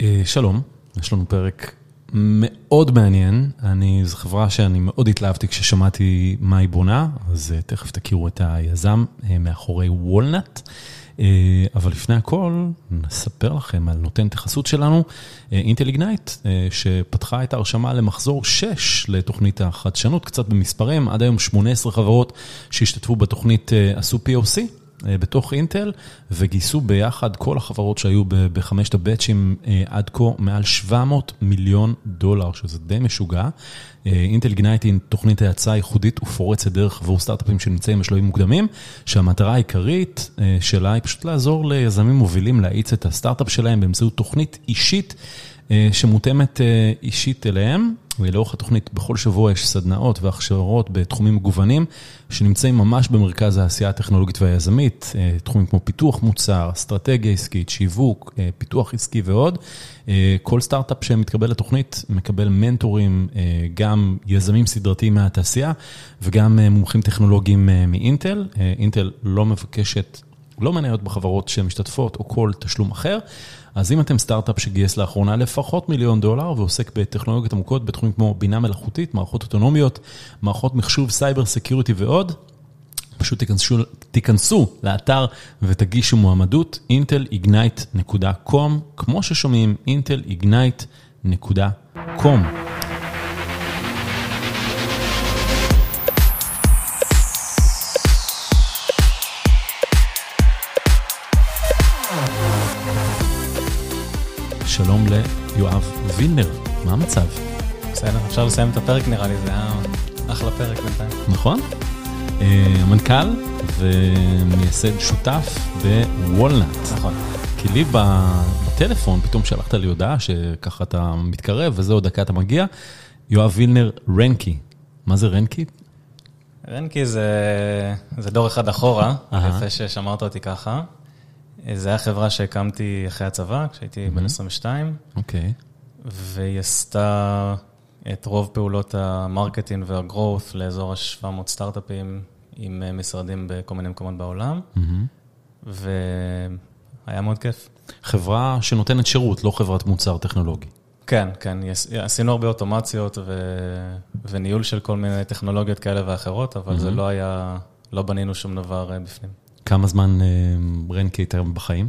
שלום, יש לנו פרק מאוד מעניין, זו חברה שאני מאוד התלהבתי כששמעתי מה היא בונה, אז תכף תכירו את היזם מאחורי וולנט, אבל לפני הכל נספר לכם על נותנת החסות שלנו, אינטל איגנייט, שפתחה את ההרשמה למחזור 6 לתוכנית החדשנות, קצת במספרים, עד היום 18 חברות שהשתתפו בתוכנית עשו POC, בתוך אינטל, וגייסו ביחד כל החברות שהיו בחמשת הבאצ'ים עד כה מעל $700 מיליון, שזה די משוגע. אינטל איגנייט היא תוכנית ההצעה ייחודית ופורצת דרך עבור סטארט-אפים שנמצאים בשלבים מוקדמים, שהמטרה העיקרית שלה היא פשוט לעזור ליזמים מובילים להאיץ את הסטארט-אפ שלהם באמצעות תוכנית אישית שמותאמת אישית אליהם, ולאורך התוכנית בכל שבוע יש סדנאות והכשרות בתחומים מגוונים, שנמצאים ממש במרכז העשייה הטכנולוגית והיזמית, תחומים כמו פיתוח מוצר, אסטרטגיה עסקית, שיווק, פיתוח עסקי ועוד. כל סטארט-אפ שמתקבל לתוכנית מקבל מנטורים, גם יזמים סדרתיים מהתעשייה, וגם מומחים טכנולוגיים מאינטל. אינטל לא מבקשת, לא מניות בחברות שמשתתפות או כל תשלום אחר, אז אם אתם סטארט-אפ שגייס לאחרונה לפחות $1 מיליון ועוסק בטכנולוגיות עמוקות בתחומים כמו בינה מלאכותית, מערכות אוטונומיות, מערכות מחשוב, סייבר, סקיוריטי ועוד, פשוט תיכנסו לאתר ותגישו מועמדות, intelignite.com, כמו ששומעים, intelignite.com. שלום ליואב וילנר, מה המצב? בסדר, אפשר לסיים את הפרק נראה לי, זה היה אחלה פרק בינתיים. נכון? המנכ"ל ומייסד שותף בוולנט. נכון. כי לי בטלפון פתאום שלחת לי הודעה שככה אתה מתקרב וזהו דקה אתה מגיע, יואב וילנר רנקי. מה זה רנקי? רנקי זה דור אחד אחורה, יפה ששמרת אותי ככה. זה היה חברה שהקמתי אחרי הצבא, כשהייתי בן 22. אוקיי. והיא עשתה את רוב פעולות המרקטינג והגרוות לאזור ה-700 סטארט-אפים עם משרדים בכל מיני מקומות בעולם. והיה מאוד כיף. חברה שנותנת שירות, לא חברת מוצר טכנולוגי. כן, כן. עשינו הרבה אוטומציות וניהול של כל מיני טכנולוגיות כאלה ואחרות, אבל זה לא היה, לא בנינו שום דבר בפנים. כמה זמן רנקי הייתה בחיים?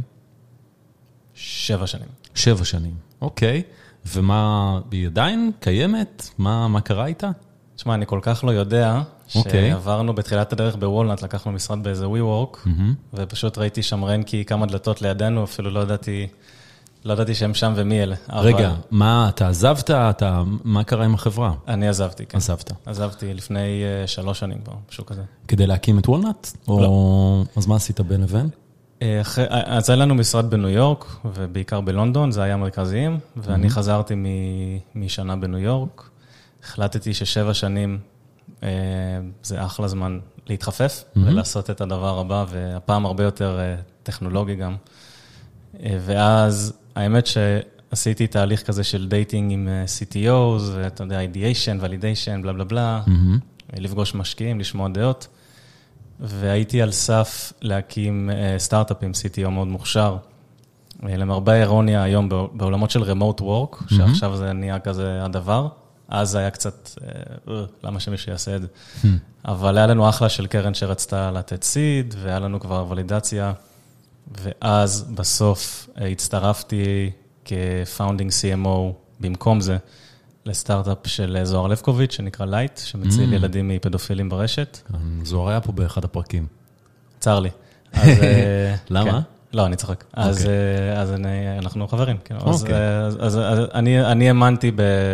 7 שנים. 7 שנים, אוקיי. ומה, היא עדיין קיימת? מה קרה איתה? תשמע, אני כל כך לא יודע, שעברנו בתחילת הדרך בוולנט, לקחנו משרד באיזה WeWork, ופשוט ראיתי שם רנקי כמה דלתות לידינו, אפילו לא ידעתי שהם שם ומי אלה. רגע, מה, אתה עזבת? מה קרה עם החברה? אני עזבתי, כן. עזבת. עזבתי לפני 3 שנים כבר, משהו כזה. כדי להקים את וולנט? לא. אז מה עשית בין לבין? אז היה לנו משרד בניו יורק, ובעיקר בלונדון, זה היה מרכזיים, ואני חזרתי משנה בניו יורק. החלטתי ש7 שנים זה אחלה זמן להתחפף, ולעשות את הדבר הבא, והפעם הרבה יותר טכנולוגי גם. ואז האמת שעשיתי תהליך כזה של דייטינג עם CTOs, ואתה יודע, ideation, validation, בלה בלה בלה, לפגוש משקיעים, לשמוע דעות, והייתי על סף להקים סטארט-אפים, CTO מאוד מוכשר. למרבה האירוניה היום בעולמות של remote work, שעכשיו זה נהיה כזה הדבר, אז היה קצת, למה שמישהו יעשה את זה. אבל היה לנו אחלה של קרן שרצתה לתת סיד, והיה לנו כבר ולידציה, ואז בסוף הצטרפתי כפאונדינג CMO במקום זה, לסטארט-אפ של זוהר לבקוביץ', שנקרא לייט, שמציל ילדים מפדופילים ברשת. זוהר היה פה באחד הפרקים. צר לי. למה? לא, אני צוחק. אז אנחנו חברים. אז אני האמנתי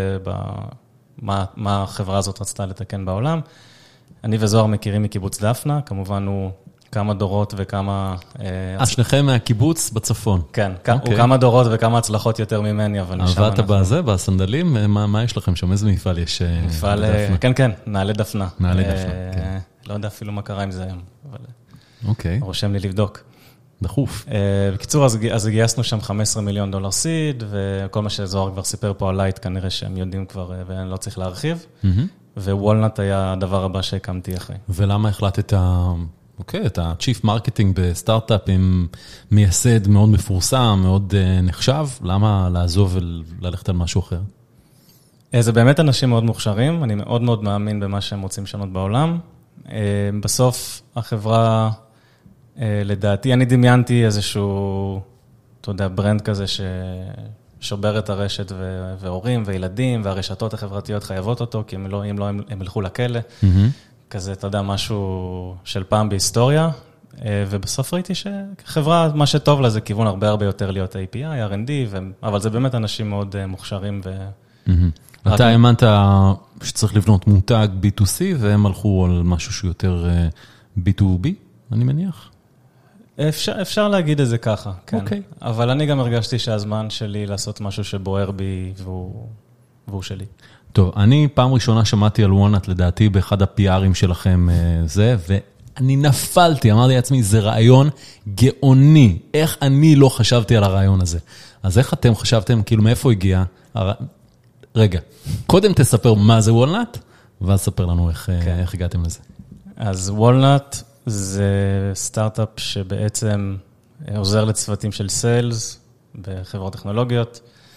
מה החברה הזאת רצתה לתקן בעולם. אני וזוהר מכירים מקיבוץ דפנה, כמובן הוא כמה דורות וכמה... שניכם מהקיבוץ בצפון. כן, הוא כמה דורות וכמה הצלחות יותר ממני, אבל נשאר... עבדת בזה, בסנדלים? מה יש לכם שם? איזה מפעל יש? מפעל, כן, נעלי דפנה. נעלי דפנה, כן. לא יודע אפילו מה קרה עם זה היום, אבל... אוקיי. רושם לי לבדוק. דחוף. בקיצור, אז גייסנו שם $15 מיליון סיד, וכל מה שזוהר כבר סיפר פה על לייט, כנראה שהם יודעים כבר, ואני לא צריך להרחיב. ווולנט היה הדבר הבא שהקמתי אחרי. ולמה החלטת... אוקיי, אתה צ'יפ מרקטינג בסטארט-אפ עם מייסד מאוד מפורסם, מאוד נחשב, למה לעזוב וללכת על משהו אחר? זה באמת אנשים מאוד מוכשרים, אני מאוד מאוד מאמין במה שהם רוצים לשנות בעולם. בסוף החברה, לדעתי, אני דמיינתי איזשהו, אתה יודע, ברנד כזה ששובר את הרשת והורים וילדים, והרשתות החברתיות חייבות אותו, כי אם לא, הם ילכו לכלא. כזה, אתה יודע, משהו של פעם בהיסטוריה, ובסוף ראיתי שחברה, מה שטוב לה זה כיוון הרבה יותר להיות API, R&D, אבל זה באמת אנשים מאוד מוכשרים אתה האמנת שצריך לבנות מותג B2C, והם הלכו על משהו שהוא יותר B2B, אני מניח? אפשר להגיד את זה ככה, כן. אוקיי. אבל אני גם הרגשתי שהזמן שלי לעשות משהו שבוער בי, והוא שלי. טוב, אני פעם ראשונה שמעתי על וולנט, לדעתי, באחד ה-PR'ים שלכם זה, ואני נפלתי, אמרתי לעצמי, זה רעיון גאוני. איך אני לא חשבתי על הרעיון הזה? אז איך אתם חשבתם, כאילו, מאיפה הגיע? רגע, קודם תספר מה זה וולנט, ואז ספר לנו איך הגעתם לזה. אז וולנט זה סטארט-אפ שבעצם עוזר לצוותים של סיילס בחברות טכנולוגיות.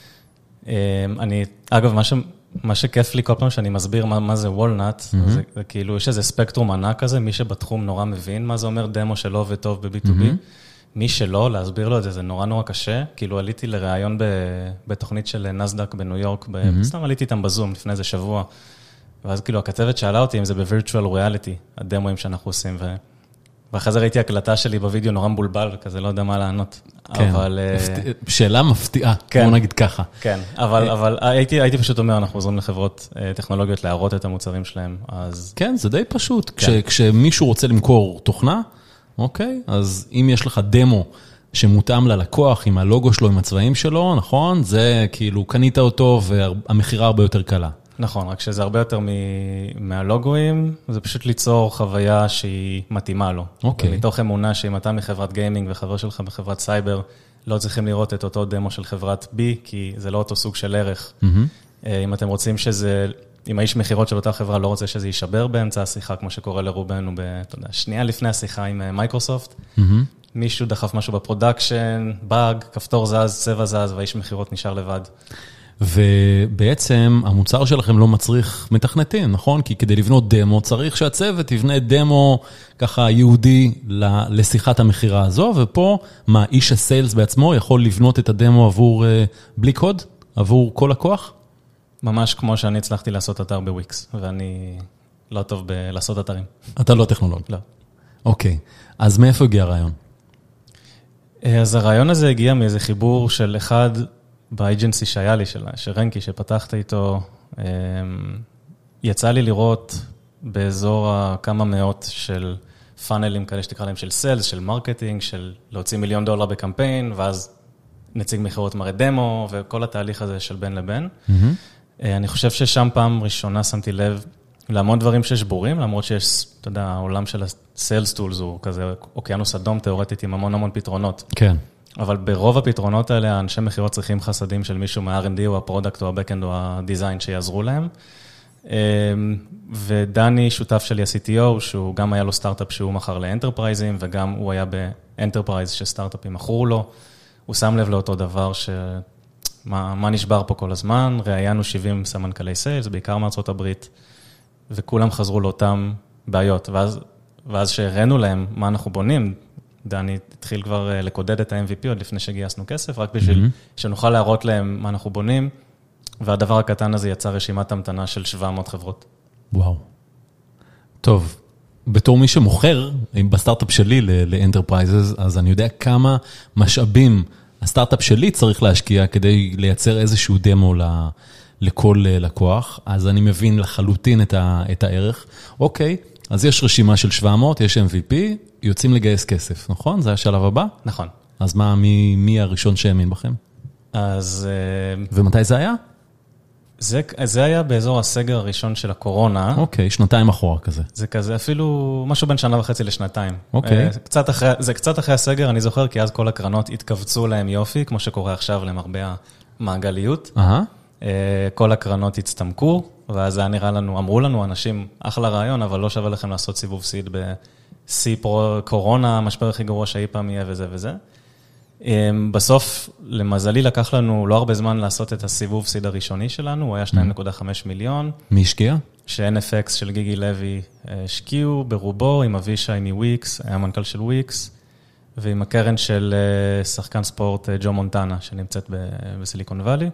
אגב, מה שכיף לי כל פעם שאני מסביר מה זה וולנט, זה כאילו, יש איזה ספקטרום ענק כזה, מי שבתחום נורא מבין מה זה אומר דמו שלא עובד טוב ב-B2B, מי שלא, להסביר לו את זה, זה נורא קשה. כאילו עליתי לראיון בתוכנית של נסדק בניו יורק, סתם עליתי איתם בזום לפני איזה שבוע, ואז כאילו הכתבת שאלה אותי אם זה ב-virtual reality, הדמוים שאנחנו עושים, ואחרי זה ראיתי הקלטה שלי בווידאו נורא מבולבל, כזה לא יודע מה לענות. כן, שאלה מפתיעה, בוא נגיד ככה. כן, אבל הייתי פשוט אומר, אנחנו עוזרים לחברות טכנולוגיות להראות את המוצרים שלהם, אז... כן, זה די פשוט. כשמישהו רוצה למכור תוכנה, אוקיי, אז אם יש לך דמו שמותאם ללקוח, עם הלוגו שלו, עם הצבעים שלו, נכון? זה כאילו, קנית אותו והמחירה הרבה יותר קלה. נכון, רק שזה הרבה יותר מהלוגויים, זה פשוט ליצור חוויה שהיא מתאימה לו. אוקיי. ומתוך אמונה שאם אתה מחברת גיימינג וחבר שלך בחברת סייבר, לא צריכים לראות את אותו דמו של חברת B, כי זה לא אותו סוג של ערך. אם אתם רוצים שזה, אם האיש מחירות של אותה חברה לא רוצה שזה יישבר באמצע השיחה, כמו שקורה לרובנו, שנייה לפני השיחה עם מייקרוסופט, מישהו דחף משהו בפרודקשן, באג, כפתור זז, צבע זז, והאיש מחירות נשאר לבד. ובעצם המוצר שלכם לא מצריך מתכנתים, נכון? כי כדי לבנות דמו צריך שהצוות יבנה דמו ככה יהודי לשיחת המחירה הזו, ופה מה, איש הסיילס בעצמו יכול לבנות את הדמו עבור בלי קוד? עבור כל לקוח? ממש כמו שאני הצלחתי לעשות אתר בוויקס, ואני לא טוב בלעשות אתרים. אתה לא טכנולוג? לא. אוקיי, אז מאיפה הגיע הרעיון? אז הרעיון הזה הגיע מאיזה חיבור של אחד באג'נסי שהיה לי, שרנקי, שפתחת איתו, יצא לי לראות באזור כמה מאות של פאנלים כאלה שתקרא להם של סיילס, של מרקטינג, של להוציא $1,000,000 בקמפיין, ואז נציג מחירות מראה דמו, וכל התהליך הזה של בין לבין. אני חושב ששם פעם ראשונה שמתי לב להמון דברים ששבורים, למרות שיש, אתה יודע, העולם של הסיילס טולס הוא כזה אוקיינוס אדום תיאורטית עם המון פתרונות. כן. אבל ברוב הפתרונות האלה, האנשי מחירות צריכים חסדים של מישהו מה-R&D או הפרודקט או הבקאנד או הדיזיין שיעזרו להם. ודני, שותף שלי ה-CTO, שהוא גם היה לו סטארט-אפ שהוא מכר לאנטרפרייזים, וגם הוא היה באנטרפרייז שסטארט-אפים מכרו לו. הוא שם לב לאותו דבר מה נשבר פה כל הזמן. ראיינו 70 סמנכ"לי סיילס, בעיקר מארצות הברית, וכולם חזרו לאותם בעיות. ואז שהראינו להם מה אנחנו בונים, דני התחיל כבר לקודד את ה-MVP עוד לפני שגייסנו כסף, רק בשביל שנוכל להראות להם מה אנחנו בונים, והדבר הקטן הזה יצא רשימת המתנה של 700 חברות. וואו. טוב, בתור מי שמוכר בסטארט-אפ שלי ל-Enterprises, אז אני יודע כמה משאבים הסטארט-אפ שלי צריך להשקיע כדי לייצר איזשהו דמו לכל לקוח, אז אני מבין לחלוטין את הערך. אוקיי, אז יש רשימה של 700, יש MVP, יוצאים לגייס כסף, נכון? זה השלב הבא? נכון. אז מי הראשון שהאמין בכם? אז... ומתי זה היה? זה היה באזור הסגר הראשון של הקורונה. אוקיי, שנתיים אחורה כזה. זה כזה אפילו משהו בין 1.5 לשנתיים. אוקיי. זה קצת אחרי הסגר, אני זוכר, כי אז כל הקרנות התכווצו להם יופי, כמו שקורה עכשיו למרבה המעגליות. כל הקרנות הצטמקו, ואז היה נראה לנו, אמרו לנו אנשים, אחלה רעיון, אבל לא שווה לכם לעשות סיבוב סיד שיא קורונה, המשבר הכי גרוע שאי פעם יהיה וזה וזה. בסוף, למזלי, לקח לנו לא הרבה זמן לעשות את הסיבוב סיד הראשוני שלנו, הוא היה 2.5 מיליון. מי השקיע? ש-NFX של גיגי לוי השקיעו ברובו, עם אבישי מוויקס, היה מנכ"ל של וויקס, ועם הקרן של שחקן ספורט ג'ו מונטנה, שנמצאת בסיליקון ואלי.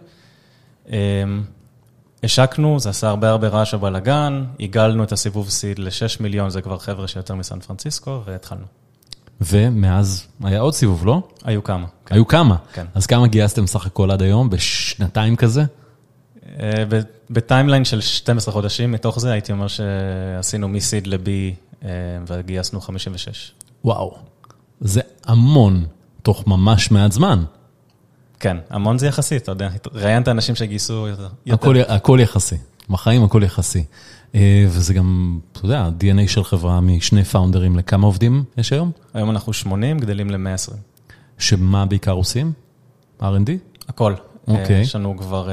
השקנו, זה עשה הרבה רעש ובלגן, הגלנו את הסיבוב סיד ל-6 מיליון, זה כבר חבר'ה שיותר מסן פרנסיסקו, והתחלנו. ומאז היה עוד סיבוב, לא? היו כמה. כן. היו כמה? כן. אז כמה גייסתם סך הכל עד היום? בשנתיים כזה? בטיימליין של 12 חודשים, מתוך זה הייתי אומר שעשינו מסיד לבי, וגייסנו 56. וואו, זה המון, תוך ממש מעט זמן. כן, המון זה יחסי, אתה יודע. ראיינת אנשים שגייסו יותר. הכל יחסי. בחיים הכל יחסי. וזה גם, אתה יודע, ה-DNA של חברה משני פאונדרים, לכמה עובדים יש היום? היום אנחנו 80, גדלים ל-120. שמה בעיקר עושים? R&D? הכל. אוקיי. יש לנו כבר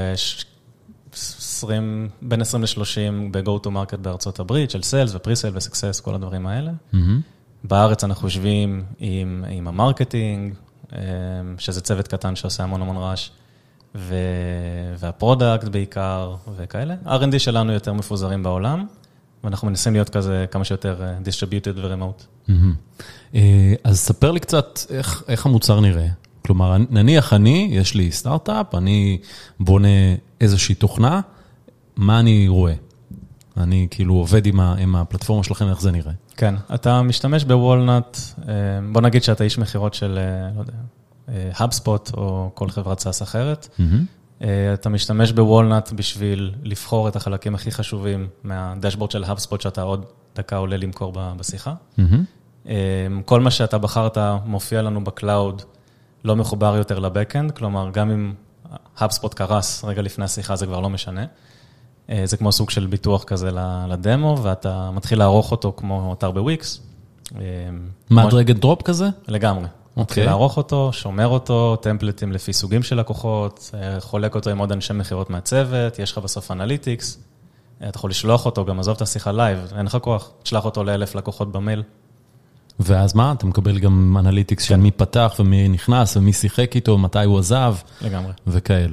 בין 20 ל-30 ב-go to market בארצות הברית, של sales ו-pre-sale ו-success, כל הדברים האלה. בארץ אנחנו יושבים עם המרקטינג, שזה צוות קטן שעושה המון רעש, והפרודקט בעיקר וכאלה. R&D שלנו יותר מפוזרים בעולם, ואנחנו מנסים להיות כזה כמה שיותר distributed ו-remote. אז ספר לי קצת איך המוצר נראה. כלומר, נניח יש לי סטארט-אפ, אני בונה איזושהי תוכנה, מה אני רואה? אני כאילו עובד עם הפלטפורמה שלכם, איך זה נראה? כן, אתה משתמש בוולנט, בוא נגיד שאתה איש מחירות של, לא יודע, HubSpot או כל חברת SaaS אחרת. אתה משתמש בוולנט בשביל לבחור את החלקים הכי חשובים מהדשבורד של HubSpot שאתה עוד דקה עולה למכור בשיחה. כל מה שאתה בחרת מופיע לנו בקלאוד, לא מחובר יותר לבקאנד, כלומר, גם אם HubSpot קרס רגע לפני השיחה, זה כבר לא משנה. זה כמו סוג של ביטוח כזה לדמו, ואתה מתחיל לערוך אותו כמו אתר בוויקס. מה, דרג אנד דרופ כזה? לגמרי. מתחיל לערוך אותו, שומר אותו, טמפלטים לפי סוגים של לקוחות, חולק אותו עם עוד אנשי מחירות מהצוות, יש לך בסוף אנליטיקס, אתה יכול לשלוח אותו, גם עזוב את השיחה לייב, אין לך כוח, תשלח אותו ל1,000 לקוחות במייל. ואז מה? אתה מקבל גם אנליטיקס של מי פתח ומי נכנס ומי שיחק איתו, מתי הוא עזב. לגמרי. וכאלה.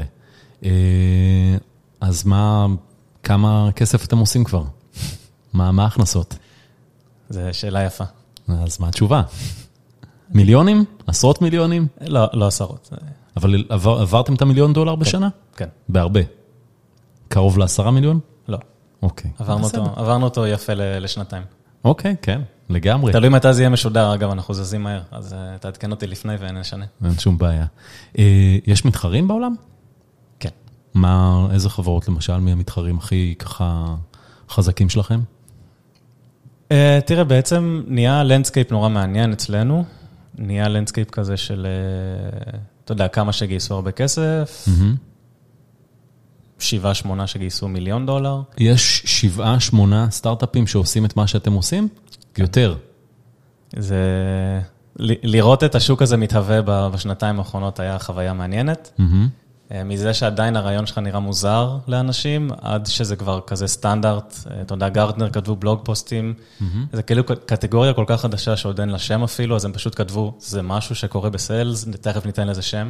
אז כמה כסף אתם עושים כבר? מה ההכנסות? זו שאלה יפה. אז מה התשובה? מיליונים? עשרות מיליונים? לא עשרות. אבל עברתם את $1 מיליון בשנה? כן. בהרבה. קרוב ל10 מיליון? לא. אוקיי. עברנו אותו יפה לשנתיים. אוקיי, כן, לגמרי. תלוי מתי זה יהיה משודר, אגב, אנחנו זזים מהר, אז תעדכן אותי לפני ונשנה. אין שום בעיה. יש מתחרים בעולם? כן. איזה חברות למשל, מי המתחרים הכי ככה חזקים שלכם? תראה, בעצם נהיה לנדסקייפ נורא מעניין אצלנו, נהיה לנדסקייפ כזה של, אתה יודע, כמה שגייסו הרבה כסף, 7-8 שגייסו $1 מיליון. יש 7-8 סטארט-אפים שעושים את מה שאתם עושים? יותר. זה, לראות את השוק הזה מתהווה בשנתיים האחרונות היה חוויה מעניינת. מזה שעדיין הרעיון שלך נראה מוזר לאנשים, עד שזה כבר כזה סטנדרט, אתה יודע, גרטנר כתבו בלוג פוסטים, זה כאילו קטגוריה כל כך חדשה שעוד אין לה שם אפילו, אז הם פשוט כתבו, זה משהו שקורה בסיילס, תכף ניתן לזה שם.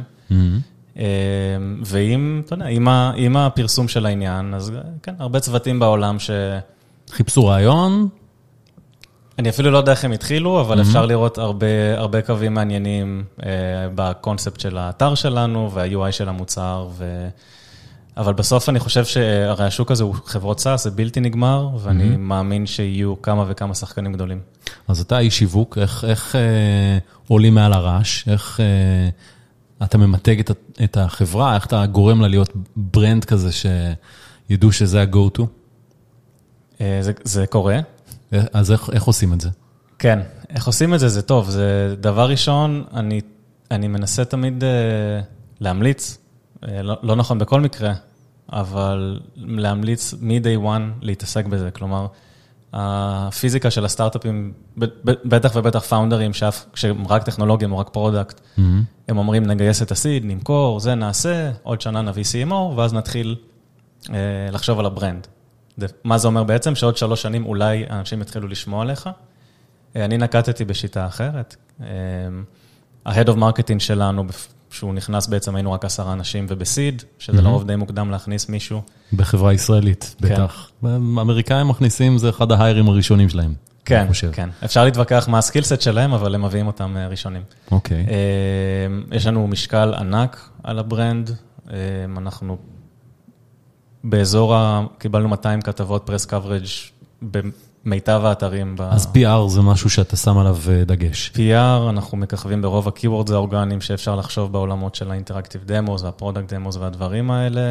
ואם, אתה יודע, עם הפרסום של העניין, אז כן, הרבה צוותים בעולם חיפשו רעיון? אני אפילו לא יודע איך הם התחילו, אבל אפשר לראות הרבה קווים מעניינים בקונספט של האתר שלנו, וה-UI של המוצר, אבל בסוף אני חושב שהרי השוק הזה הוא חברות SaaS, זה בלתי נגמר, ואני מאמין שיהיו כמה וכמה שחקנים גדולים. אז אתה איש שיווק, איך עולים מעל הרעש, איך אתה ממתג את החברה, איך אתה גורם לה להיות ברנד כזה שידעו שזה ה-go-to? זה קורה. אז איך עושים את זה? כן, איך עושים את זה, זה טוב. זה דבר ראשון, אני מנסה תמיד להמליץ, לא נכון בכל מקרה, אבל להמליץ מ-day one להתעסק בזה. כלומר, הפיזיקה של הסטארט-אפים, בטח ובטח פאונדרים, שהם רק טכנולוגיה או רק פרודקט, הם אומרים נגייס את הסיד, נמכור, זה נעשה, עוד שנה נביא CMO, ואז נתחיל לחשוב על הברנד. מה זה אומר בעצם? שעוד 3 שנים אולי אנשים יתחילו לשמוע עליך. אני נקטתי בשיטה אחרת. ה-Head of Marketing שלנו, שהוא נכנס בעצם, היינו רק 10 אנשים ובסיד, שזה לרוב די מוקדם להכניס מישהו. בחברה ישראלית, בטח. האמריקאים מכניסים, זה אחד ההיירים הראשונים שלהם. כן, כן. אפשר להתווכח מה הסקילסט שלהם, אבל הם מביאים אותם ראשונים. אוקיי. יש לנו משקל ענק על הברנד, אנחנו באזור, קיבלנו 200 כתבות פרס קוורג' במיטב האתרים. אז PR זה משהו שאתה שם עליו דגש. PR, אנחנו מככבים ברוב ה-Keywords האורגניים שאפשר לחשוב בעולמות של האינטראקטיב דמוס והפרודקט דמוס והדברים האלה.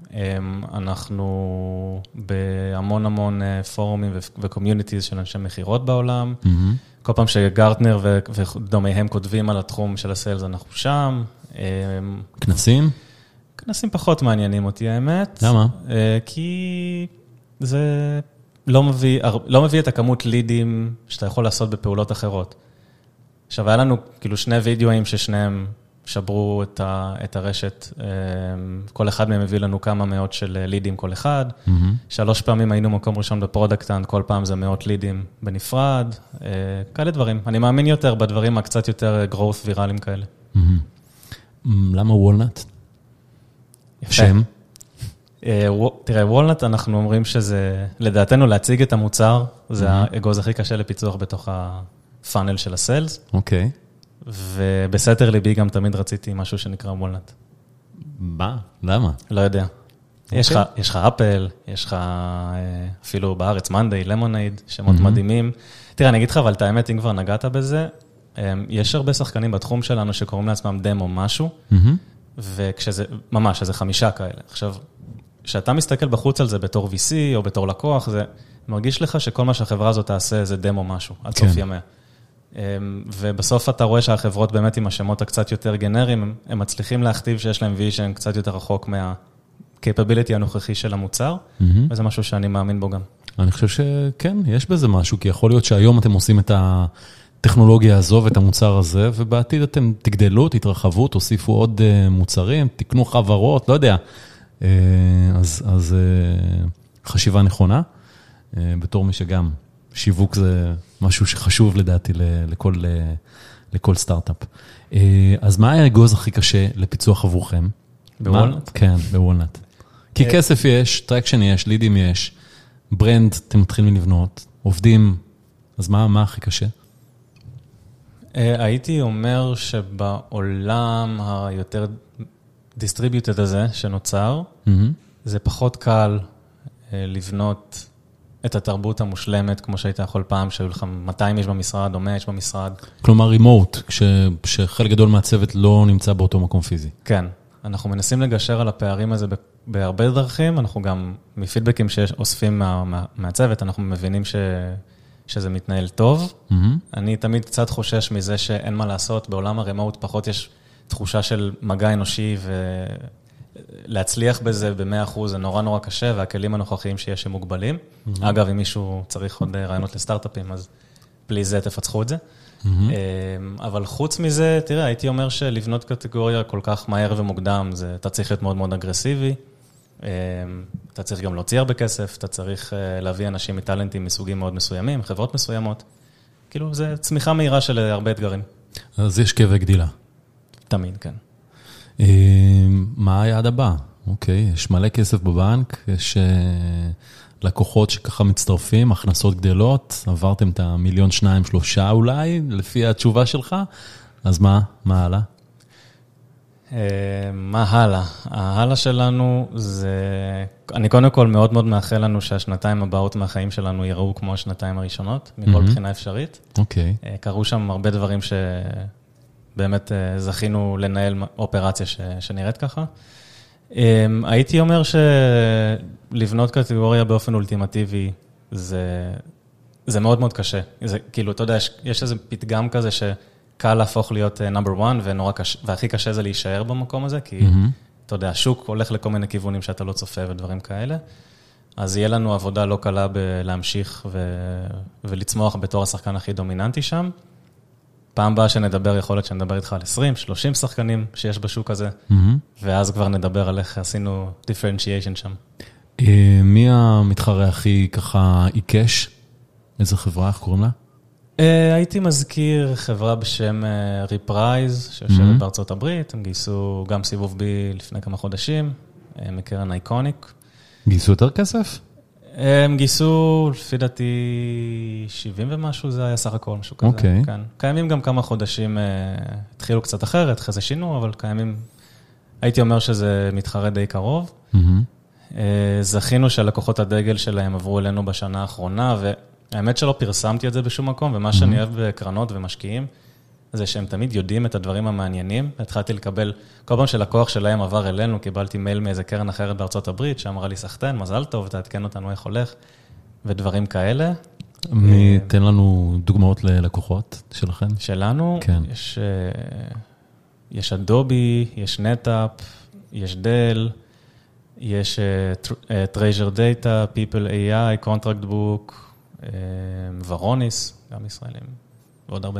אנחנו בהמון המון פורומים וקומיוניטיז של אנשי מחירות בעולם. כל פעם שגרטנר ודומיהם כותבים על התחום של הסיילס, אנחנו שם. כנסים? כנסים פחות מעניינים אותי, האמת. למה? כי זה לא מביא את הכמות לידים שאתה יכול לעשות בפעולות אחרות. עכשיו, היה לנו כאילו 2 וידאוים ששניהם שברו את הרשת. כל אחד מהם הביא לנו כמה מאות של לידים כל אחד. 3 פעמים היינו מקום ראשון בפרודקטנט, כל פעם זה מאות לידים בנפרד. כאלה דברים. אני מאמין יותר בדברים הקצת יותר growth ויראליים כאלה. למה וולנט? שם? תראה, וולנט אנחנו אומרים שזה, לדעתנו להציג את המוצר, זה האגוז הכי קשה לפיצוח בתוך הפאנל של הסיילס. אוקיי. ובסתר ליבי גם תמיד רציתי משהו שנקרא וולנט. מה? למה? לא יודע. יש לך אפל, יש לך אפילו בארץ מנדי, למונייד, שמות מדהימים. תראה, אני אגיד לך, אבל את האמת, אם כבר נגעת בזה, יש הרבה שחקנים בתחום שלנו שקוראים לעצמם דמו משהו, וכשזה, ממש, זה 5 כאלה. עכשיו, כשאתה מסתכל בחוץ על זה בתור VC או בתור לקוח, זה מרגיש לך שכל מה שהחברה הזאת תעשה זה דמו משהו, עד סוף ימיה. ובסוף אתה רואה שהחברות באמת עם השמות הקצת יותר גנריים, הם מצליחים להכתיב שיש להם ויז'ן קצת יותר רחוק מה-capability הנוכחי של המוצר, וזה משהו שאני מאמין בו גם. אני חושב שכן, יש בזה משהו, כי יכול להיות שהיום אתם עושים את הטכנולוגיה הזו ואת המוצר הזה, ובעתיד אתם תגדלו, תתרחבו, תוסיפו עוד מוצרים, תקנו חברות, לא יודע. אז חשיבה נכונה, בתור מי שגם שיווק זה משהו שחשוב לדעתי לכל סטארט-אפ. אז מה האגוז הכי קשה לפיצוח עבורכם? בוולנט? כן, בוולנט. כי כסף יש, טרקשן יש, לידים יש, ברנד אתם מתחילים לבנות, עובדים, אז מה הכי קשה? הייתי אומר שבעולם היותר distributed הזה שנוצר, זה פחות קל לבנות את התרבות המושלמת, כמו שהיית יכול פעם, שהיו לך 200 איש במשרד, או 100 איש במשרד. כלומר, רימוט, שחלק גדול מהצוות לא נמצא באותו מקום פיזי. כן. אנחנו מנסים לגשר על הפערים הזה בהרבה דרכים, אנחנו גם, מפידבקים שאוספים מהצוות, אנחנו מבינים שזה מתנהל טוב. אני תמיד קצת חושש מזה שאין מה לעשות, בעולם הרימוט פחות יש תחושה של מגע אנושי, להצליח בזה ב100% זה נורא נורא קשה, והכלים הנוכחיים שיש הם מוגבלים. אגב, אם מישהו צריך עוד רעיונות לסטארט-אפים, אז בלי זה תפצחו את זה. אבל חוץ מזה, תראה, הייתי אומר שלבנות קטגוריה כל כך מהר ומוקדם, אתה צריך להיות מאוד מאוד אגרסיבי, אתה צריך גם להוציא הרבה כסף, אתה צריך להביא אנשים מטלנטים מסוגים מאוד מסוימים, חברות מסוימות. כאילו, זה צמיחה מהירה של הרבה אתגרים. אז יש כאבי גדילה. תמיד, כן. מה היעד הבא? אוקיי, יש מלא כסף בבנק, יש לקוחות שככה מצטרפים, הכנסות גדלות, עברתם את ה1,000,000, 2, 3 אולי, לפי התשובה שלך, אז מה הלאה? מה הלאה? ההלאה שלנו זה, אני קודם כל מאוד מאוד מאחל לנו שהשנתיים הבאות מהחיים שלנו יראו כמו השנתיים הראשונות, מכל בחינה אפשרית. אוקיי. קרו שם הרבה דברים שבאמת זכינו לנהל אופרציה שנראית ככה. הייתי אומר שלבנות קטגוריה באופן אולטימטיבי זה מאוד מאוד קשה. זה, כאילו, אתה יודע, יש איזה פתגם כזה שקל להפוך להיות number one, והכי קשה זה להישאר במקום הזה, כי אתה יודע, השוק הולך לכל מיני כיוונים שאתה לא צופה ודברים כאלה. אז יהיה לנו עבודה לא קלה בלהמשיך ולצמוח בתור השחקן הכי דומיננטי שם. פעם הבאה שנדבר, יכול להיות שנדבר איתך על 20, 30 שחקנים שיש בשוק הזה, ואז כבר נדבר על איך עשינו differentiation שם. מי המתחרה הכי ככה עיקש? איזה חברה, איך קוראים לה? הייתי מזכיר חברה בשם ריפרייז, שיושבת בארצות הברית, הם גייסו גם סיבוב בי לפני כמה חודשים, מקרן אייקוניק. גייסו יותר כסף? הם גייסו, לפי דעתי, 70 ומשהו, זה היה סך הכל, משהו כזה. אוקיי. כן. קיימים גם כמה חודשים, התחילו קצת אחרת, אחרי זה שינו, אבל קיימים, הייתי אומר שזה מתחרה די קרוב. זכינו שהלקוחות הדגל שלהם עברו אלינו בשנה האחרונה, והאמת שלא פרסמתי את זה בשום מקום, ומה שאני אוהב בקרנות ומשקיעים, זה שהם תמיד יודעים את הדברים המעניינים. התחלתי לקבל, כל פעם שלקוח שלהם עבר אלינו, קיבלתי מייל מאיזה קרן אחרת בארצות הברית, שאמרה לי, סחטן, מזל טוב, תעדכן אותנו איך הולך, ודברים כאלה. תן לנו דוגמאות ללקוחות שלכם. שלנו, כן. יש אדובי, יש נטאפ, יש דל, יש Treasure Data, People AI, Contract Book, ורוניס, גם ישראלים, ועוד הרבה.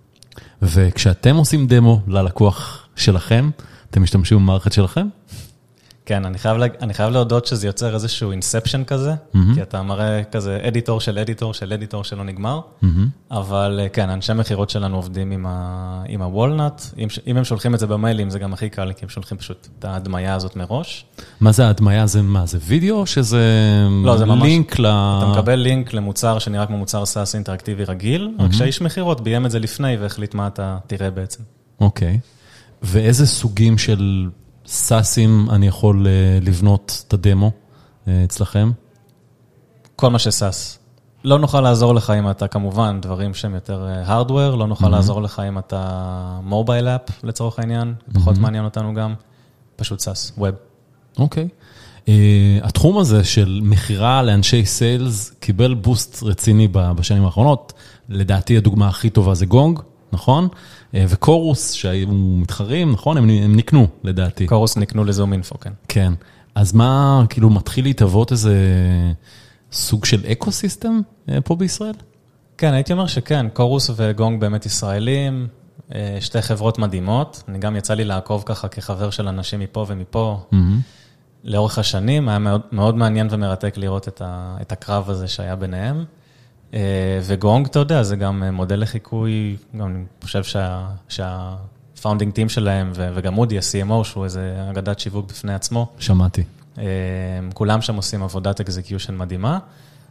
וכשאתם עושים דמו ללקוח שלכם, אתם משתמשים במערכת שלכם? כן, אני חייב להודות שזה יוצר איזשהו אינספשן כזה, כי אתה מראה כזה אדיטור של אדיטור של אדיטור שלא נגמר, אבל כן, אנשי מחירות שלנו עובדים עם הוולנט, אם הם שולחים את זה במיילים, זה גם הכי קל, כי הם שולחים פשוט את ההדמיה הזאת מראש. מה זה ההדמיה? זה מה? זה וידאו או שזה לינק ל... אתה מקבל לינק למוצר שנראה כמו מוצר סאס אינטראקטיבי רגיל, רק שהאיש מחירות ביים את זה לפני והחליט מה אתה תראה בעצם. אוקיי. ואיזה סוגים של סאסים אני יכול לבנות את הדמו אצלכם? כל מה שסאס. לא נוכל לעזור לך אם אתה כמובן דברים שהם יותר הארדוור, לא נוכל לעזור לך אם אתה מובייל אפ לצורך העניין, פחות מעניין אותנו גם, פשוט סאס, ווב. אוקיי. התחום הזה של מחירה לאנשי סיילס קיבל בוסט רציני בשנים האחרונות, לדעתי הדוגמה הכי טובה זה גונג, נכון? וקורוס שהיו מתחרים, נכון? הם נקנו, לדעתי. קורוס נקנו לזום אינפו, כן. כן. אז מה, כאילו, מתחיל להתהוות איזה סוג של אקוסיסטם פה בישראל? כן, הייתי אומר שכן. קורוס וגונג באמת ישראלים, שתי חברות מדהימות. אני גם יצא לי לעקוב ככה כחבר של אנשים מפה ומפה. לאורך השנים, היה מאוד, מאוד מעניין ומרתק לראות את הקרב הזה שהיה ביניהם. וגונג, אתה יודע, זה גם מודל לחיקוי, גם אני חושב שהפאונדינג טים שלהם, וגם מודי, ה-CMO, שהוא איזה אגדת שיווק בפני עצמו. שמעתי. כולם שם עושים עבודת אקזקיושן מדהימה,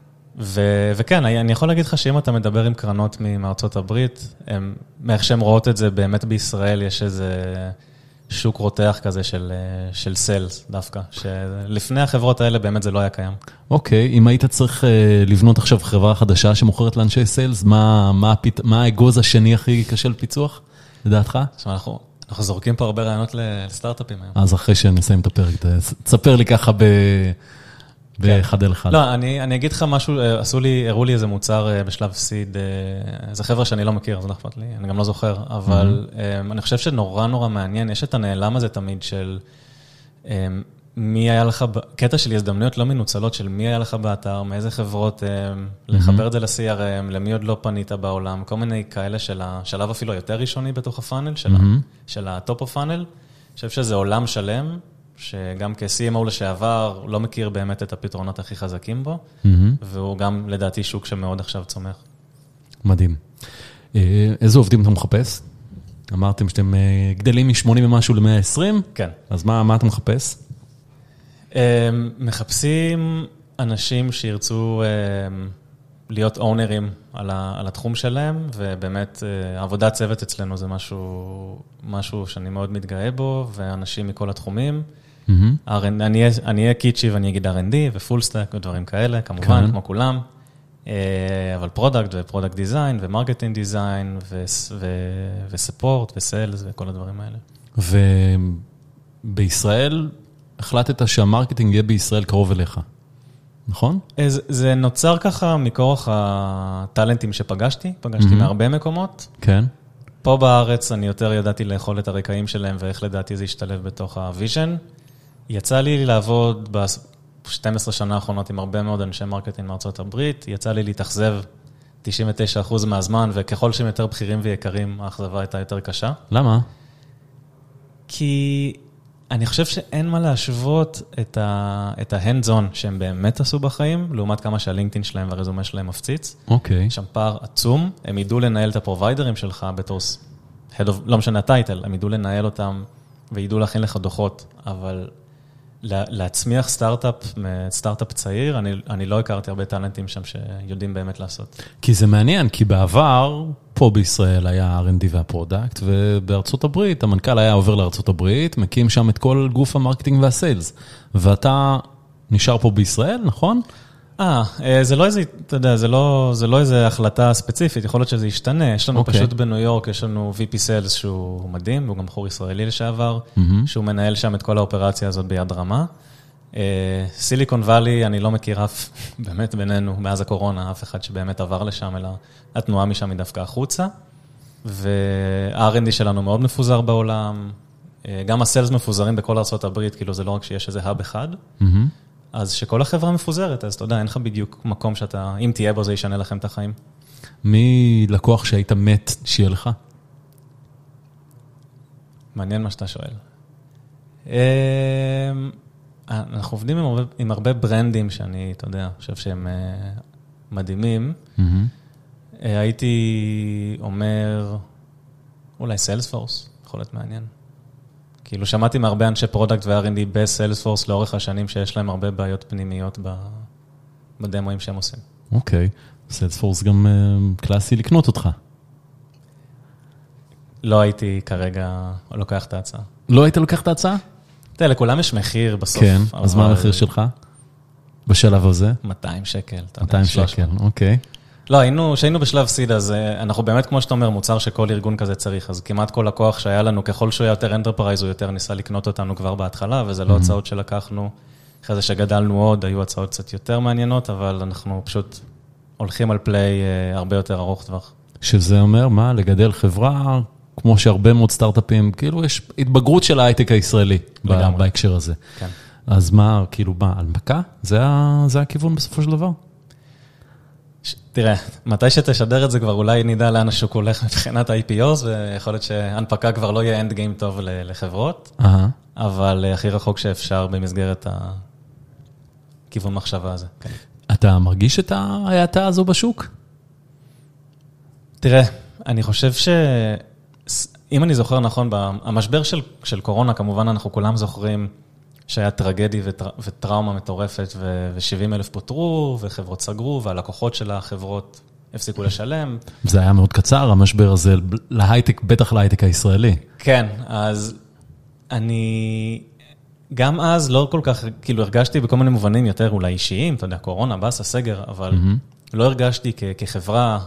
וכן, אני יכול להגיד לך שאם אתה מדבר עם קרנות מארצות הברית, מאיך שהם רואות את זה, באמת בישראל יש איזה שוק רותח כזה של סיילס דווקא, שלפני החברות האלה באמת זה לא היה קיים. אוקיי, אם היית צריך לבנות עכשיו חברה חדשה שמוכרת לאנשי סיילס, מה האגוז השני הכי קשה לפיצוח, לדעתך? אנחנו זורקים פה הרבה רעיונות לסטארט-אפים היום. אז אחרי שנסיים את הפרק, תספר לי ככה באחד אל אחד. לא, אני אגיד לך משהו, הראו לי איזה מוצר בשלב סיד, זה חבר'ה שאני לא מכיר, אז לא אכפת לי, אני גם לא זוכר, אבל אני חושב שנורא נורא מעניין, יש את הנעלם הזה תמיד של מי היה לך, קטע של הזדמנויות לא מנוצלות, של מי היה לך באתר, מאיזה חברות, לחבר את זה ל-CRM, למי עוד לא פנית בעולם, כל מיני כאלה של השלב אפילו יותר ראשוני בתוך הפאנל, של הטופ הפאנל, אני חושב שזה עולם שלם, שגם כ-CMO לשעבר לא מכיר באמת את הפתרונות הכי חזקים בו, והוא גם לדעתי שוק שמאוד עכשיו צומח. מדהים. איזה עובדים אתה מחפש? אמרתם שאתם גדלים מ-80 ומשהו ל-120? כן. אז מה אתה מחפש? מחפשים אנשים שירצו להיות אונרים על התחום שלהם, ובאמת עבודת צוות אצלנו זה משהו שאני מאוד מתגאה בו, ואנשים מכל התחומים. אני אהיה קיצ'י ואני אגיד R&D ופול סטאק ודברים כאלה, כמובן, כמו כולם, אבל פרודקט ופרודקט דיזיין ומרקטינג דיזיין וספורט וסיילס וכל הדברים האלה. ובישראל החלטת שהמרקטינג יהיה בישראל קרוב אליך, נכון? זה נוצר ככה מכורח הטלנטים שפגשתי מהרבה מקומות. כן. פה בארץ אני יותר ידעתי לאכול את הרקעים שלהם ואיך לדעתי זה ישתלב בתוך הוויז'ן. יצא לי לעבוד ב-12 שנה האחרונות עם הרבה מאוד אנשי מרקטינג מארצות הברית, יצא לי להתאכזב 99% מהזמן, וככל שהם יותר בכירים ויקרים, האכזבה הייתה יותר קשה. למה? כי אני חושב שאין מה להשוות את ה-hands-on שהם באמת עשו בחיים, לעומת כמה שהלינקדאין שלהם והרזומה שלהם מפציץ. אוקיי. שם פער עצום, הם ידעו לנהל את הפרוביידרים שלך בתור, לא משנה הטייטל, הם ידעו לנהל אותם וידעו להכין לך דוחות, אבל להצמיח סטארט-אפ צעיר, אני לא הכרתי הרבה טלנטים שם שיודעים באמת לעשות. כי זה מעניין, כי בעבר, פה בישראל היה ה-R&D והפרודקט, ובארצות הברית, המנכ"ל היה עובר לארצות הברית, מקים שם את כל גוף המרקטינג והסיילס, ואתה נשאר פה בישראל, נכון? זה לא איזה, אתה יודע, זה לא איזה החלטה ספציפית, יכול להיות שזה ישתנה. יש לנו פשוט בניו יורק, יש לנו VP Sales שהוא מדהים, והוא גם בחור ישראלי לשעבר, שהוא מנהל שם את כל האופרציה הזאת ביד רמה. סיליקון ואלי, אני לא מכיר אף, באמת בינינו, מאז הקורונה, אף אחד שבאמת עבר לשם, אלא התנועה משם היא דווקא החוצה. וה-R&D שלנו מאוד מפוזר בעולם, גם הסיילס מפוזרים בכל ארצות הברית, כאילו זה לא רק שיש איזה האב אחד. אז שכל החברה מפוזרת, אז אתה יודע, אין לך בדיוק מקום שאתה, אם תהיה בו, זה ישנה לכם את החיים. מי לקוח שהיית מת שיהיה לך? מעניין מה שאתה שואל. אנחנו עובדים עם הרבה ברנדים שאני, אתה יודע, חושב שהם מדהימים. הייתי אומר, אולי סיילספורס, יכול להיות מעניין. כאילו שמעתי מהרבה אנשי פרודקט ו-R&D בסיילספורס לאורך השנים שיש להם הרבה בעיות פנימיות בדמוים שהם עושים. אוקיי. סיילספורס גם קלאסי לקנות אותך. לא הייתי כרגע לוקח את ההצעה. לא היית לוקח את ההצעה? תראה, לכולם יש מחיר בסוף. כן, אז מה המחיר שלך? בשלב הזה? 200 שקל. 200 שקל, אוקיי. לא, שהיינו בשלב סיד, אז אנחנו באמת, כמו שאתה אומר, מוצר שכל ארגון כזה צריך, אז כמעט כל לקוח שהיה לנו, ככל שהוא היה יותר אנטרפרייז, הוא יותר ניסה לקנות אותנו כבר בהתחלה, וזה לא הצעות שלקחנו. אחרי זה שגדלנו עוד, היו הצעות קצת יותר מעניינות, אבל אנחנו פשוט הולכים על פליי הרבה יותר ארוך טווח. שזה אומר, מה? לגדל חברה, כמו שהרבה מאוד סטארט-אפים, כאילו יש התבגרות של ההייטק הישראלי בהקשר הזה. כן. אז מה, כאילו, הנפקה? זה הכיוון בסופו של דבר? תראה, מתי שתשדר את זה כבר אולי נדע לאן השוק הולך מבחינת ה-IPOs, ויכול להיות שהנפקה כבר לא יהיה אנד גיים טוב לחברות, אבל הכי רחוק שאפשר במסגרת הכיוון מחשבה הזה. אתה מרגיש את ההאטה הזו בשוק? תראה, אני חושב אם אני זוכר נכון, המשבר של קורונה, כמובן אנחנו כולם זוכרים שהיה טרגדי וטראומה מטורפת, ו70,000 פוטרו, וחברות סגרו, והלקוחות של החברות הפסיקו לשלם. זה היה מאוד קצר, המשבר הזה, להייטק, בטח להייטק הישראלי. כן, אז אני גם אז לא כל כך, כאילו הרגשתי בכל מיני מובנים יותר אולי אישיים, אתה יודע, קורונה, בסה, סגר, אבל לא הרגשתי כחברה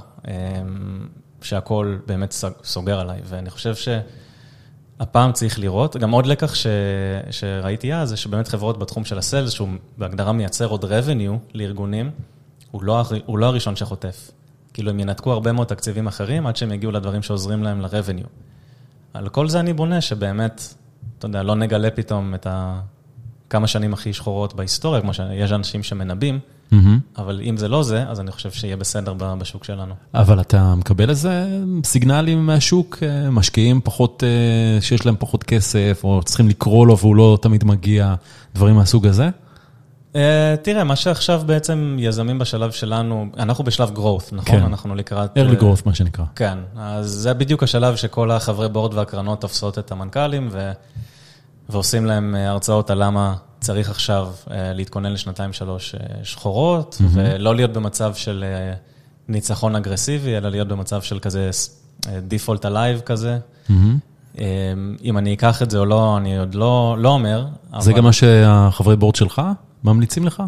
שהכל באמת סוגר עליי, ואני חושב הפעם צריך לראות, גם עוד לקח שראיתי אז, זה שבאמת חברות בתחום של הסיילס, שהוא בהגדרה מייצר עוד revenue לארגונים, הוא לא הראשון שחוטף. כאילו הם ינתקו הרבה מאוד תקציבים אחרים, עד שהם יגיעו לדברים שעוזרים להם ל-revenue. על כל זה אני בונה שבאמת, אתה יודע, לא נגלה פתאום את כמה שנים הכי שחורות בהיסטוריה, כמו שיש אנשים שמנבאים, אבל אם זה לא זה, אז אני חושב שיהיה בסדר בשוק שלנו. אבל אתה מקבל איזה סיגנלים מהשוק, משקיעים פחות, שיש להם פחות כסף, או צריכים לקרוא לו והוא לא תמיד מגיע, דברים מהסוג הזה? תראה, מה שעכשיו בעצם יזמים בשלב שלנו, אנחנו בשלב growth, נכון? כן. אנחנו לקראת early growth, מה שנקרא. כן, אז זה בדיוק השלב שכל החברי בורד והקרנות תופסות את המנכ"לים, ועושים להם הרצאות על למה צריך עכשיו להתכונן לשנתיים-שלוש שחורות, ולא להיות במצב של ניצחון אגרסיבי, אלא להיות במצב של כזה default alive כזה. אם אני אקח את זה או לא, אני עוד לא אומר. זה גם מה שהחברי בורד שלך ממליצים לך?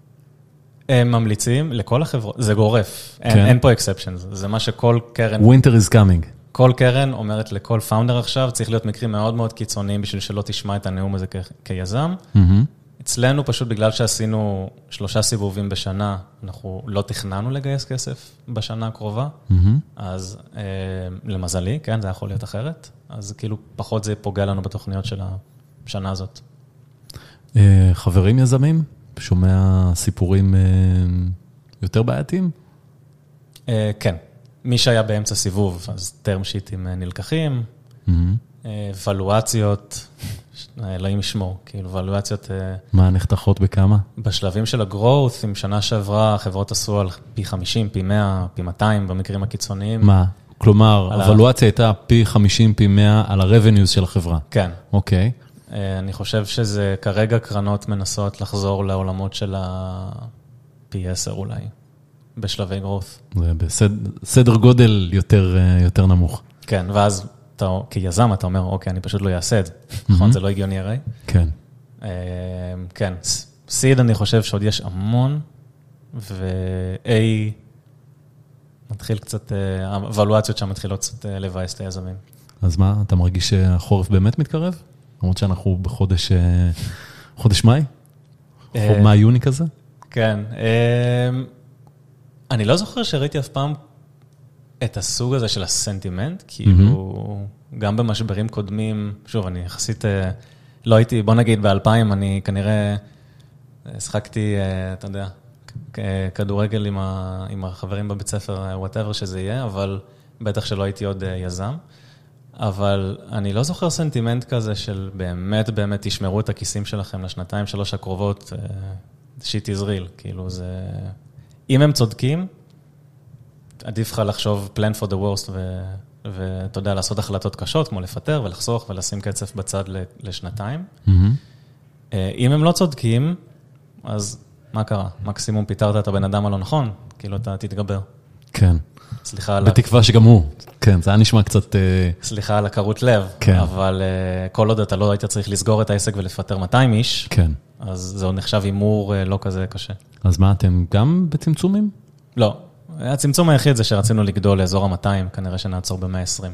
הם ממליצים לכל החברות, זה גורף, אין פה exceptions, זה מה שכל קרן... Winter is coming. כל קרן אומרת לכל פאונדר עכשיו, צריך להיות מקרים מאוד מאוד קיצוניים בשביל שלא תשמע את הנאום הזה כיזם. אצלנו פשוט בגלל שעשינו 3 סיבובים בשנה, אנחנו לא תכננו לגייס כסף בשנה הקרובה, אז למזלי, כן, זה יכול להיות אחרת, אז כאילו פחות זה פוגע לנו בתוכניות של השנה הזאת. חברים יזמים, שומע סיפורים יותר בעייתיים? כן. מי שהיה באמצע סיבוב, אז טרם שיטים נלקחים, פלואציות, אלוהים ישמור, כאילו, ואלואציות... מה, נחתכות בכמה? בשלבים של הגרואות, עם שנה שעברה, החברות עשו על פי 50, פי 100, פי 200, במקרים הקיצוניים. מה? כלומר, הוולואציה הייתה פי 50, פי 100 על הרבניוז של החברה. כן. אוקיי. אני חושב שזה כרגע קרנות מנסות לחזור לעולמות של פי 10 אולי, בשלבי גרואות. זה בסדר גודל יותר נמוך. כן, ואז כיזם אתה אומר, אוקיי, אני פשוט לא אעשה את זה. נכון, זה לא הגיוני הרי. כן. כן, סיד אני חושב שעוד יש המון, ו-A מתחיל קצת, הוולואציות שם מתחילות קצת לבאס את היזמים. אז מה, אתה מרגיש שהחורף באמת מתקרב? למרות שאנחנו בחודש מאי? מאי-יוני כזה? כן. אני לא זוכר שראיתי אף פעם את הסוג הזה של הסנטימנט, כאילו, גם במשברים קודמים, שוב, אני יחסית, לא הייתי, בוא נגיד, ב-2000, אני כנראה שחקתי, אתה יודע, כדורגל עם החברים בבית ספר, whatever שזה יהיה, אבל בטח שלא הייתי עוד יזם. אבל אני לא זוכר סנטימנט כזה של באמת, באמת תשמרו את הכיסים שלכם לשנתיים, 3 הקרובות, שיט יזריל, כאילו זה... אם הם צודקים, עדיף לך לחשוב plan for the worst, ואתה יודע, לעשות החלטות קשות, כמו לפטר ולחסוך ולשים קצף בצד לשנתיים. אם הם לא צודקים, אז מה קרה? מקסימום פיתרת את הבן אדם הלא נכון, כאילו אתה תתגבר. כן. סליחה על... בתקווה שגם הוא. כן, זה היה נשמע קצת... סליחה על הקרות לב, כן. אבל כל עוד אתה לא היית צריך לסגור את העסק ולפטר 200 איש, כן. אז זה עוד נחשב אימור לא כזה קשה. אז מה, אתם גם בצמצומים? לא. הצמצום היחיד זה שרצינו לגדול לאזור ה-200, כנראה שנעצור ב-120.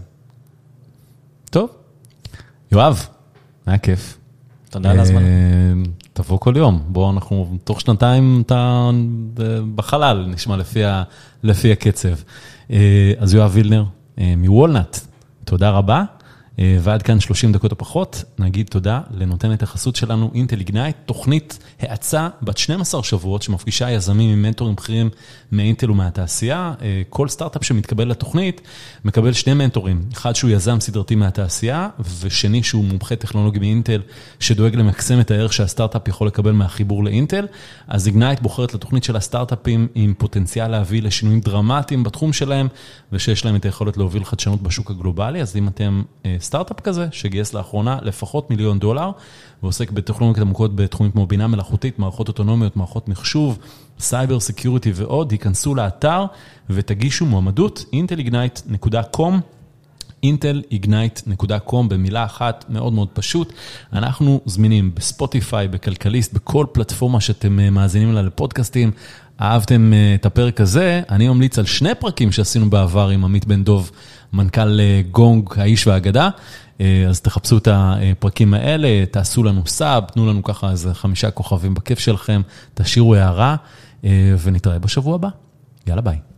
טוב. יואב, היה כיף. תודה על הזמן. תבוא כל יום. בוא, אנחנו תוך 2 אתה בחלל, נשמע לפי הקצב. אז יואב וילנר, מוולנט, תודה רבה. ועד כאן 30 דקות או פחות, נגיד תודה לנותנת החסות שלנו, אינטל איגנייט, תוכנית האצה בת 12 שבועות, שמפגישה יזמים עם מנטורים בכירים מאינטל ומהתעשייה. כל סטארט-אפ שמתקבל לתוכנית, מקבל 2 מנטורים, אחד שהוא יזם סדרתי מהתעשייה, ושני שהוא מומחה טכנולוגי מאינטל, שדואג למקסם את הערך שהסטארט-אפ יכול לקבל מהחיבור לאינטל. אז איגנייט בוחרת לתוכנית של הסטארט-אפים עם פוטנציאל להביא לשינויים דרמטיים בתחום שלהם, ושיש להם את היכולת להוביל חדשנות בשוק הגלובלי. אז אם אתם סטארט-אפ כזה, שגייס לאחרונה לפחות $1,000,000, ועוסק בטכנולוגיות עמוקות בתחומים כמו בינה מלאכותית, מערכות אוטונומיות, מערכות מחשוב, סייבר סקיוריטי ועוד, היכנסו לאתר ותגישו מועמדות, intelignite.com, intelignite.com, במילה אחת, מאוד מאוד פשוט. אנחנו זמינים בספוטיפיי, בכלכליסט, בכל פלטפורמה שאתם מאזינים לה לפודקאסטים. אהבתם את הפרק הזה, אני ממליץ על 2 פרקים שעשינו בעבר עם עמית בן דוב, מנכ"ל גונג, האיש והאגדה. אז תחפשו את הפרקים האלה, תעשו לנו סאב, תנו לנו ככה איזה 5 כוכבים בכיף שלכם, תשאירו הערה, ונתראה בשבוע הבא. יאללה ביי.